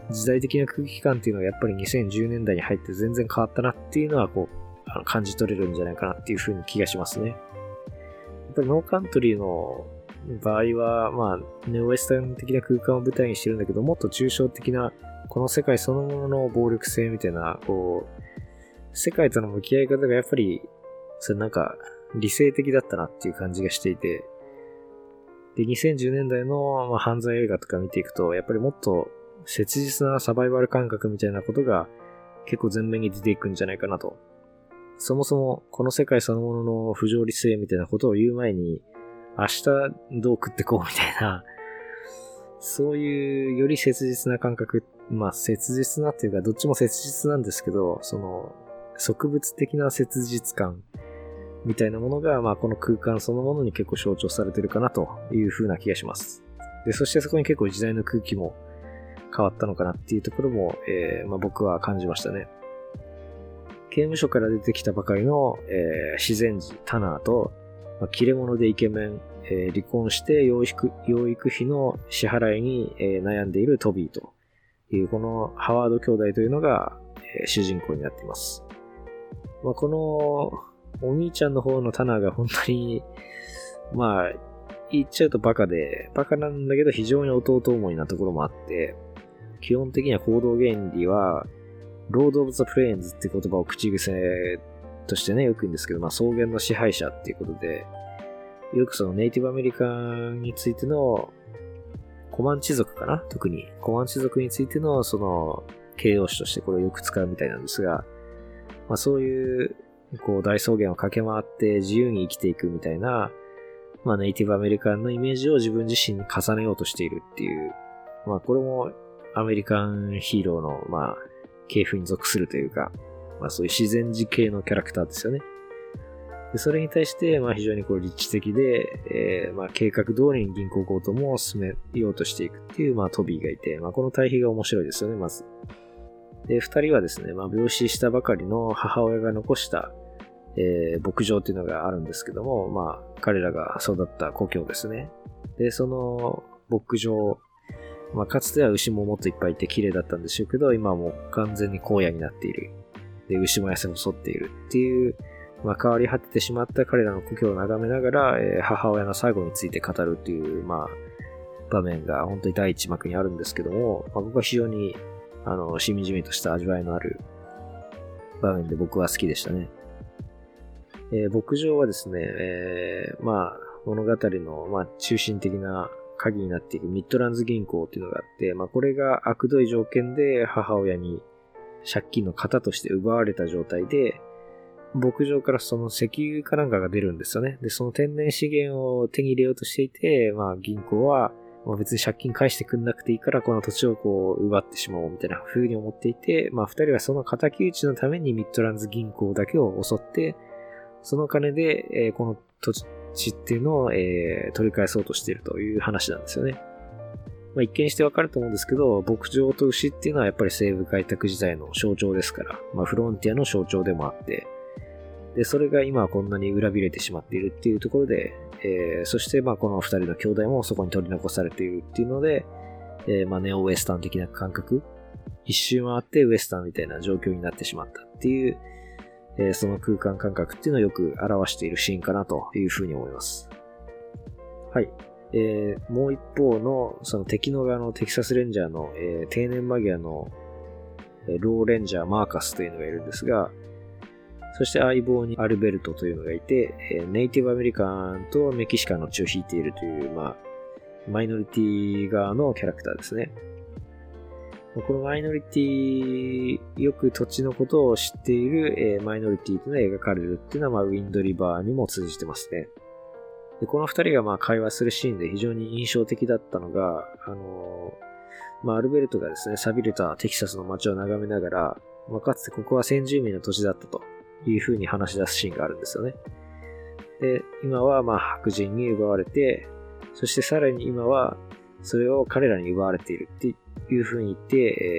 時代的な空気感っていうのはやっぱり2010年代に入って全然変わったなっていうのは感じ取れるんじゃないかなっていう風に気がしますね。やっぱりノーカントリーの場合は、ネオウェスタン的な空間を舞台にしてるんだけど、もっと抽象的な、この世界そのものの暴力性みたいな、世界との向き合い方がやっぱり、それ理性的だったなっていう感じがしていて、で、2010年代の、犯罪映画とか見ていくと、やっぱりもっと切実なサバイバル感覚みたいなことが結構前面に出ていくんじゃないかなと。そもそもこの世界そのものの不条理性みたいなことを言う前に、明日どう食ってこうみたいな、そういうより切実な感覚、切実なっていうかどっちも切実なんですけど、その植物的な切実感みたいなものが、この空間そのものに結構象徴されてるかなという風な気がします。で、そしてそこに結構時代の空気も変わったのかなっていうところも、僕は感じましたね。刑務所から出てきたばかりの、自然児タナーと、切れ者でイケメン、離婚して養育費の支払いに、悩んでいるトビーというこのハワード兄弟というのが、主人公になっています。このお兄ちゃんの方のタナーが本当に言っちゃうとバカなんだけど非常に弟思いなところもあって、基本的には行動原理はロード・オブ・ザ・プレインズっていう言葉を口癖としてね、よく言うんですけど、草原の支配者っていうことで、よくそのネイティブアメリカについてのコマンチ族かな、特にコマンチ族についてのその形容詞としてこれをよく使うみたいなんですが、そういう大草原を駆け回って自由に生きていくみたいな、ネイティブアメリカンのイメージを自分自身に重ねようとしているっていう、これもアメリカンヒーローの系譜に属するというか、そういう自然児系のキャラクターですよね。でそれに対して、非常に立地的で、計画通りに銀行強盗も進めようとしていくっていう、トビーがいて、この対比が面白いですよね、まず。で、二人はですね、病死したばかりの母親が残した、牧場っていうのがあるんですけども、彼らが育った故郷ですね。で、その牧場、かつては牛ももっといっぱいいて綺麗だったんでしょうけど、今はもう完全に荒野になっている。で、牛も痩せ細っているっていう、変わり果ててしまった彼らの故郷を眺めながら、母親の最後について語るっていう、場面が本当に第一幕にあるんですけども、僕は非常に、しみじみとした味わいのある場面で僕は好きでしたね。牧場はですね、物語の、中心的な鍵になっているミッドランズ銀行っていうのがあって、これが悪どい条件で母親に借金の型として奪われた状態で、牧場からその石油かなんかが出るんですよね。で、その天然資源を手に入れようとしていて、銀行は、別に借金返してくんなくていいから、この土地を奪ってしまおうみたいな風に思っていて、二人はその敵討ちのためにミッドランズ銀行だけを襲って、その金で、この土地っていうのを、取り返そうとしているという話なんですよね。一見してわかると思うんですけど、牧場と牛っていうのはやっぱり西部開拓時代の象徴ですから、フロンティアの象徴でもあって、で、それが今はこんなに裏切れてしまっているっていうところで、そしてこの二人の兄弟もそこに取り残されているっていうので、ネオウエスタン的な感覚、一周回ってウエスタンみたいな状況になってしまったっていう、その空間感覚っていうのをよく表しているシーンかなというふうに思います。はい。もう一方の、その敵の側のテキサスレンジャーの、定年間際の、ローレンジャーマーカスというのがいるんですが、そして相棒にアルベルトというのがいて、ネイティブアメリカンとメキシカンの血を引いているという、マイノリティ側のキャラクターですね。このマイノリティ、よく土地のことを知っている、マイノリティというのが描かれるっていうのは、ウィンドリバーにも通じてますね。でこの二人が会話するシーンで非常に印象的だったのが、アルベルトがですね、寂れたテキサスの街を眺めながら、かつてここは先住民の土地だったという風に話し出すシーンがあるんですよね。で、今は白人に奪われて、そしてさらに今はそれを彼らに奪われているっていう風に言って、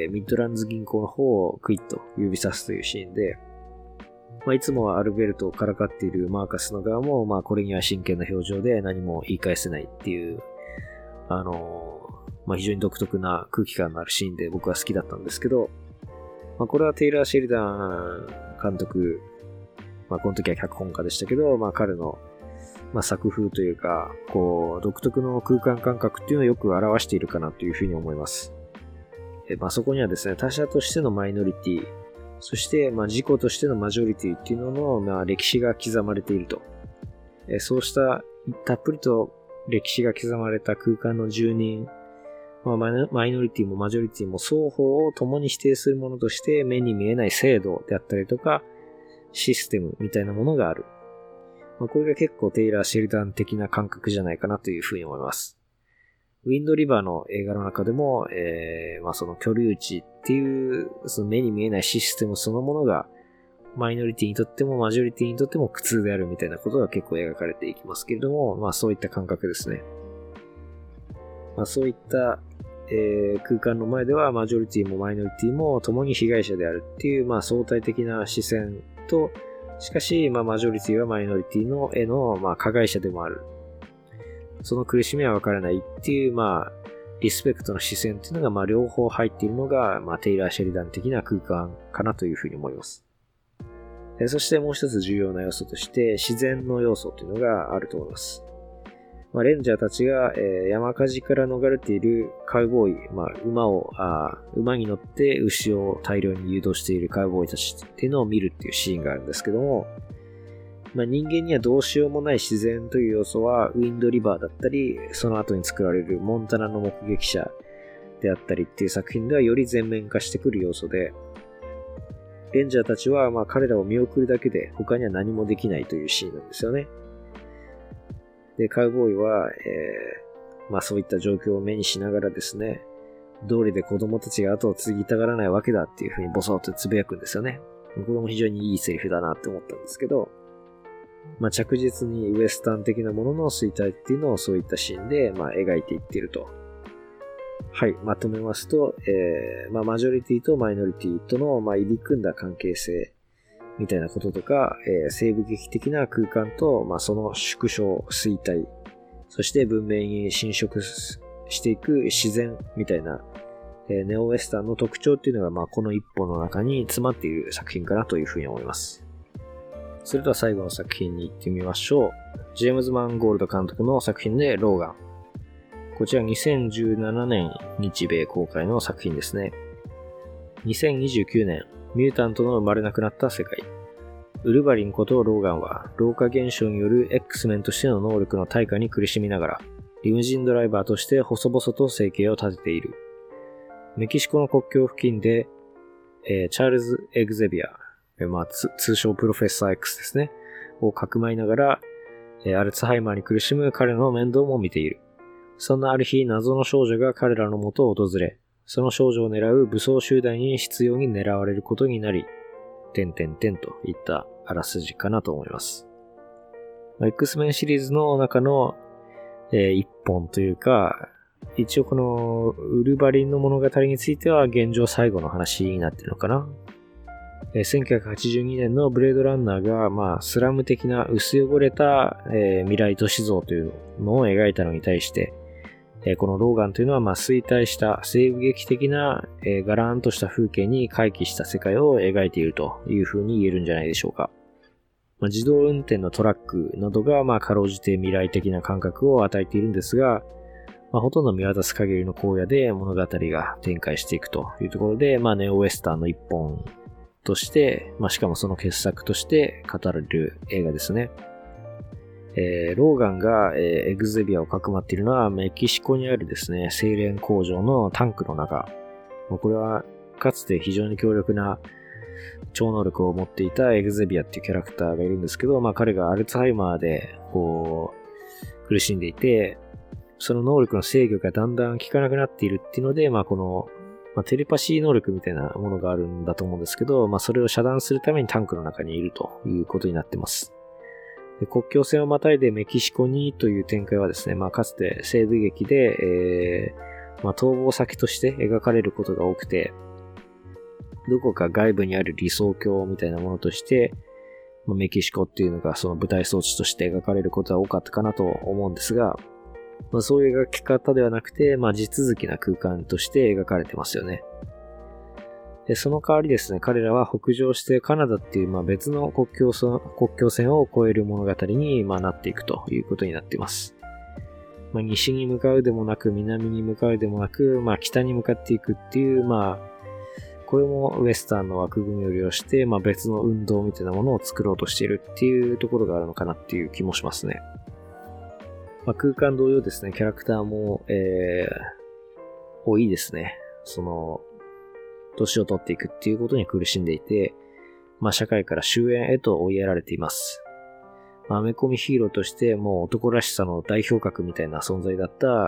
ミッドランズ銀行の方をクイッと指さすというシーンで、いつもはアルベルトをからかっているマーカスの側も、これには真剣な表情で何も言い返せないっていう、 非常に独特な空気感のあるシーンで僕は好きだったんですけど、これはテイラー・シェリダン監督、この時は脚本家でしたけど、彼の、作風というか、独特の空間感覚っていうのをよく表しているかなというふうに思います。そこにはですね、他者としてのマイノリティ、そして、自己としてのマジョリティっていうのの、歴史が刻まれていると。そうしたたっぷりと歴史が刻まれた空間の住人、マイノリティもマジョリティも双方を共に否定するものとして目に見えない制度であったりとかシステムみたいなものがある。これが結構テイラー・シェリダン的な感覚じゃないかなというふうに思います。ウィンドリバーの映画の中でも、その居留地っていうその目に見えないシステムそのものがマイノリティにとってもマジョリティにとっても苦痛であるみたいなことが結構描かれていきますけれども、そういった感覚ですね。そういった空間の前ではマジョリティもマイノリティも共に被害者であるっていう、相対的な視線と、しかし、マジョリティはマイノリティの加害者でもある。その苦しみは分からないっていう、リスペクトの視線っていうのが、両方入っているのが、テイラー・シェリダン的な空間かなというふうに思います。そしてもう一つ重要な要素として、自然の要素というのがあると思います。レンジャーたちが、山火事から逃れているカウボーイ、馬に乗って牛を大量に誘導しているカウボーイたちっていうのを見るっていうシーンがあるんですけども、人間にはどうしようもない自然という要素はウィンドリバーだったり、その後に作られるモンタナの目撃者であったりっていう作品ではより全面化してくる要素で、レンジャーたちは彼らを見送るだけで他には何もできないというシーンなんですよね。で、カウボーイは、そういった状況を目にしながらですね、道理で子供たちが後を継ぎたがらないわけだっていうふうにボソッとつぶやくんですよね。これも非常にいいセリフだなって思ったんですけど、着実にウエスタン的なものの衰退っていうのをそういったシーンで、描いていっていると。はい、まとめますと、マジョリティとマイノリティとの、入り組んだ関係性みたいなこととか、生物劇的な空間と、その縮小、衰退、そして文明に侵食していく自然みたいな、ネオウェスタンの特徴っていうのが、この一本の中に詰まっている作品かなというふうに思います。それでは最後の作品に行ってみましょう。ジェームズ・マンゴールド監督の作品でローガン。こちら2017年日米公開の作品ですね。2029年、ミュータントの生まれなくなった世界。ウルヴァリンことローガンは老化現象による X メンとしての能力の退化に苦しみながら、リムジンドライバーとして細々と生計を立てている。メキシコの国境付近で、チャールズ・エグゼビア、通称プロフェッサー X ですね、をかくまいながら、アルツハイマーに苦しむ彼の面倒も見ている。そんなある日、謎の少女が彼らの元を訪れ、その少女を狙う武装集団に執拗に狙われることになり、といったあらすじかなと思います。X メンシリーズの中の、一本というか、一応このウルヴァリンの物語については現状最後の話になっているのかな。1982年のブレードランナーが、スラム的な薄汚れた、未来都市像というのを描いたのに対して、このローガンというのは、衰退した西部劇的な、ガラーンとした風景に回帰した世界を描いているという風に言えるんじゃないでしょうか。自動運転のトラックなどが、かろうじて未来的な感覚を与えているんですが、ほとんど見渡す限りの荒野で物語が展開していくというところで、ネオウェスタンの一本として、しかもその傑作として語られる映画ですね。ローガンが、エグゼビアをかくまっているのはメキシコにあるですね、精錬工場のタンクの中。これはかつて非常に強力な超能力を持っていたエグゼビアっていうキャラクターがいるんですけど、彼がアルツハイマーで苦しんでいて、その能力の制御がだんだん効かなくなっているっていうので、このテレパシー能力みたいなものがあるんだと思うんですけど、それを遮断するためにタンクの中にいるということになっています。で、国境線をまたいでメキシコにという展開はですね、かつて西部劇で、逃亡先として描かれることが多くて、どこか外部にある理想郷みたいなものとして、メキシコっていうのがその舞台装置として描かれることは多かったかなと思うんですが、 そういう描き方ではなくて、地続きな空間として描かれてますよね。で、その代わりですね、彼らは北上してカナダっていう、別の国境線を越える物語に、なっていくということになっています。西に向かうでもなく、南に向かうでもなく、北に向かっていくっていう、これもウエスタンの枠組みを利用して、別の運動みたいなものを作ろうとしているっていうところがあるのかなっていう気もしますね。空間同様ですね、キャラクターも、多いですね。年を取っていくっていうことに苦しんでいて、社会から終焉へと追いやられています。アメコミヒーローとしてもう男らしさの代表格みたいな存在だった、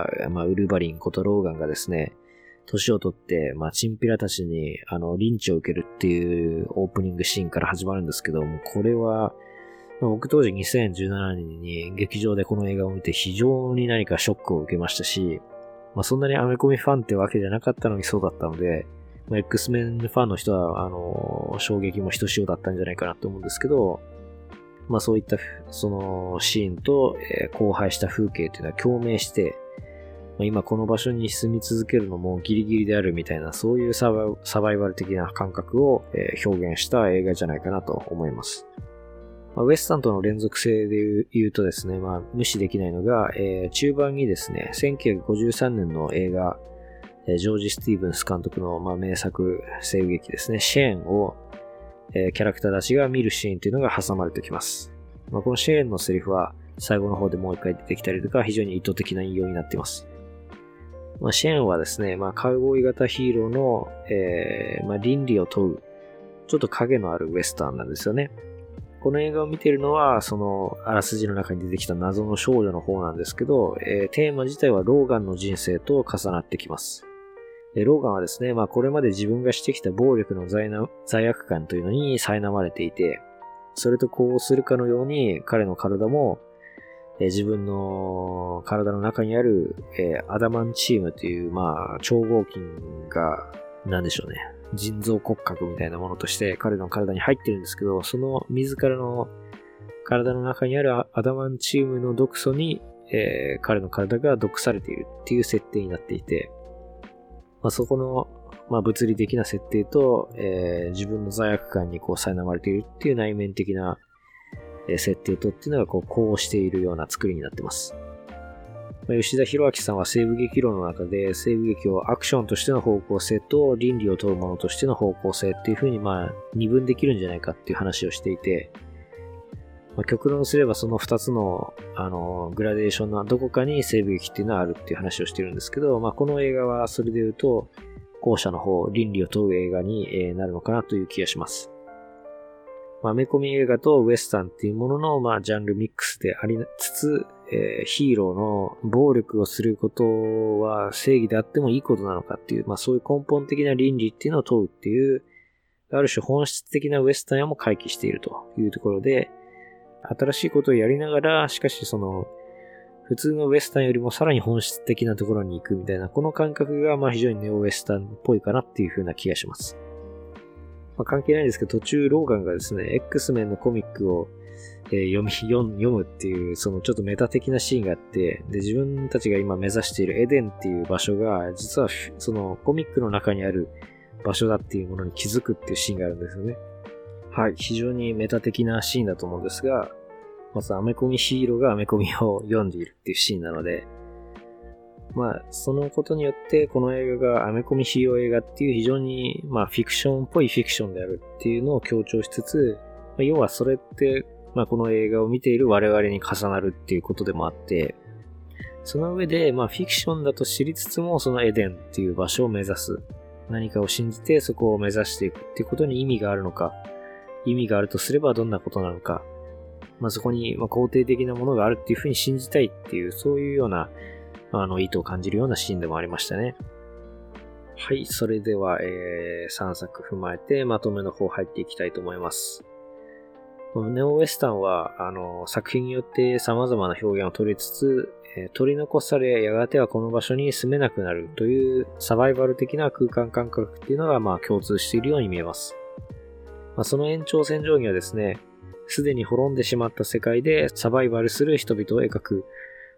ウルヴァリンことローガンがですね、年を取って、チンピラたちに、リンチを受けるっていうオープニングシーンから始まるんですけども、これは、僕当時2017年に劇場でこの映画を見て非常に何かショックを受けましたし、そんなにアメコミファンってわけじゃなかったのにそうだったので、X メンファンの人は、衝撃もひとしおだったんじゃないかなと思うんですけど、そういった、そのシーンと、荒廃した風景というのは共鳴して、今この場所に住み続けるのもギリギリであるみたいな、そういうサバイバル的な感覚を、表現した映画じゃないかなと思います。ウエスタンとの連続性で言うとですね、無視できないのが、中盤にですね、1953年の映画、ジョージ・スティーブンス監督の、名作西部劇ですね、シェーンを、キャラクターたちが見るシーンというのが挟まれてきます。このシェーンのセリフは最後の方でもう一回出てきたりとか非常に意図的な引用になっています。シェーンはですね、カウボーイ型ヒーローの、倫理を問う、ちょっと影のあるウエスタンなんですよね。この映画を見ているのは、そのあらすじの中に出てきた謎の少女の方なんですけど、テーマ自体はローガンの人生と重なってきます。ローガンはですね、これまで自分がしてきた暴力の罪悪感というのに苛まれていて、それとこうするかのように彼の体も、自分の体の中にある、アダマンチームという、超合金が、なんでしょうね、人造骨格みたいなものとして彼の体に入ってるんですけど、その自らの体の中にあるアダマンチームの毒素に、彼の体が毒されているっていう設定になっていて、そこの、物理的な設定と、自分の罪悪感に苛まれているっていう内面的な設定とっていうのがこうしているような作りになってます。吉田博明さんは西部劇論の中で西部劇をアクションとしての方向性と倫理を問うものとしての方向性っていう風に二分できるんじゃないかっていう話をしていて、極論すればその二つのグラデーションのどこかに西部劇っていうのはあるっていう話をしてるんですけど、この映画はそれで言うと後者の方、倫理を問う映画になるのかなという気がします。アメコミ映画とウエスタンっていうもののジャンルミックスでありつつ、ヒーローの暴力をすることは正義であってもいいことなのかっていう、そういう根本的な倫理っていうのを問うっていう、ある種本質的なウエスタンをも回帰しているというところで、新しいことをやりながら、しかしその普通のウエスタンよりもさらに本質的なところに行くみたいな、この感覚が非常にネオウエスタンっぽいかなっていう風な気がします。関係ないんですけど、途中ローガンがですね、X メンのコミックを、読むっていう、そのちょっとメタ的なシーンがあって、で、自分たちが今目指しているエデンっていう場所が、実はそのコミックの中にある場所だっていうものに気づくっていうシーンがあるんですよね。はい、非常にメタ的なシーンだと思うんですが、まずアメコミヒーローがアメコミを読んでいるっていうシーンなので、そのことによってこの映画がアメコミヒーロー映画っていう非常にフィクションっぽいフィクションであるっていうのを強調しつつ、要はそれってこの映画を見ている我々に重なるっていうことでもあって、その上でフィクションだと知りつつもそのエデンっていう場所を目指す、何かを信じてそこを目指していくっていうことに意味があるのか、意味があるとすればどんなことなのか、そこに肯定的なものがあるっていうふうに信じたいっていう、そういうような意図を感じるようなシーンでもありましたね。はい、それでは、3作踏まえてまとめの方入っていきたいと思います。ネオウエスタンは作品によって様々な表現を取りつつ、取り残されやがてはこの場所に住めなくなるというサバイバル的な空間感覚っていうのが共通しているように見えます。その延長線上にはですね、すでに滅んでしまった世界でサバイバルする人々を描く、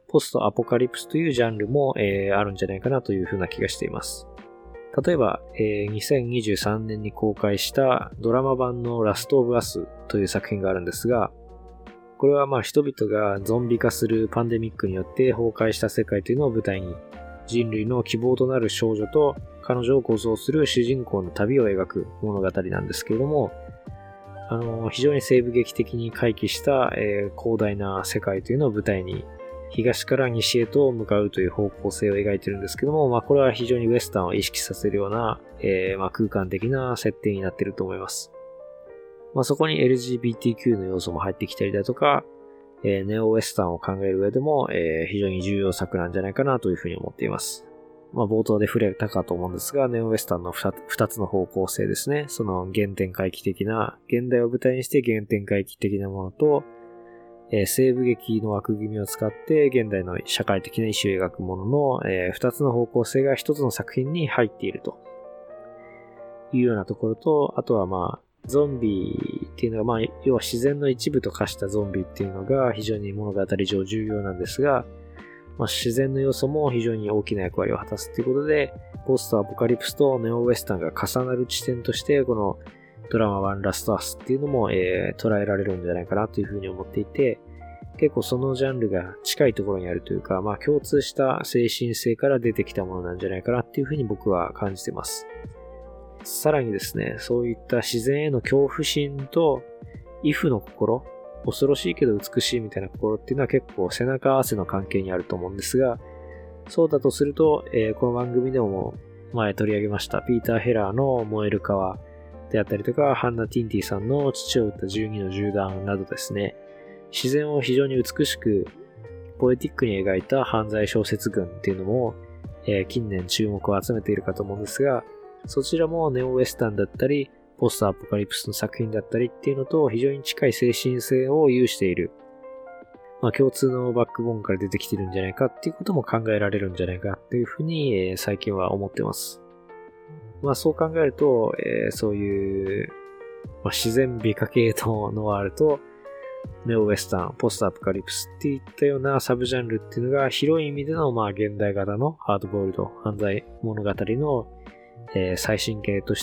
ポストアポカリプスというジャンルも、あるんじゃないかなというふうな気がしています。例えば、2023年に公開したドラマ版のラストオブアスという作品があるんですが、これは人々がゾンビ化するパンデミックによって崩壊した世界というのを舞台に、人類の希望となる少女と彼女を護送する主人公の旅を描く物語なんですけれども、非常に西部劇的に回帰した、広大な世界というのを舞台に、東から西へと向かうという方向性を描いてるんですけども、これは非常にウエスタンを意識させるような、空間的な設定になっていると思います。そこに LGBTQ の要素も入ってきたりだとか、ネオウエスタンを考える上でも、非常に重要作なんじゃないかなというふうに思っています。冒頭で触れたかと思うんですが、ネオウエスタンの2つの方向性ですね。その原点回帰的な、現代を舞台にして原点回帰的なものと、西部劇の枠組みを使って現代の社会的なイシューを描くものの、2つの方向性が1つの作品に入っているというようなところと、あとはゾンビっていうのが、要は自然の一部と化したゾンビっていうのが非常に物語上重要なんですが、自然の要素も非常に大きな役割を果たすということで、ポストアポカリプスとネオウエスタンが重なる地点として、このドラマ版ラストアースっていうのも、捉えられるんじゃないかなというふうに思っていて、結構そのジャンルが近いところにあるというか、共通した精神性から出てきたものなんじゃないかなっていうふうに僕は感じています。さらにですね、そういった自然への恐怖心と、畏怖の心、恐ろしいけど美しいみたいな心っていうのは結構背中合わせの関係にあると思うんですが、そうだとすると、この番組でも前取り上げましたピーター・ヘラーの燃える川であったりとか、ハンナ・ティンティさんの父を撃った12の銃弾などですね、自然を非常に美しくポエティックに描いた犯罪小説群っていうのも、近年注目を集めているかと思うんですが、そちらもネオウエスタンだったりポストアポカリプスの作品だったりっていうのと非常に近い精神性を有している、共通のバックボーンから出てきてるんじゃないかっていうことも考えられるんじゃないかっていうふうに、最近は思ってます。そう考えると、そういう、自然美化系とノワールとネオウエスタン、ポストアポカリプスっていったようなサブジャンルっていうのが広い意味での現代型のハードボイルド犯罪物語の最新形として、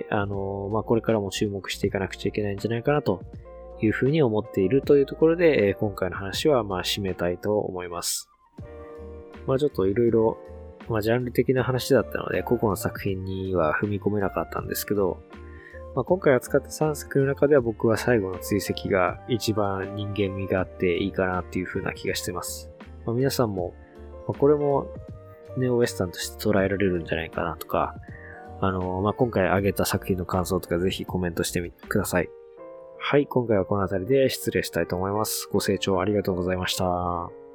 これからも注目していかなくちゃいけないんじゃないかなというふうに思っているというところで、今回の話は締めたいと思います。ちょっといろいろ、ジャンル的な話だったので、個々の作品には踏み込めなかったんですけど、今回扱った3作の中では僕は最後の追跡が一番人間味があっていいかなっていうふうな気がしています。皆さんも、これもネオウエスタンとして捉えられるんじゃないかなとか、今回挙げた作品の感想とかぜひコメントしてみてください。はい、今回はこの辺りで失礼したいと思います。ご清聴ありがとうございました。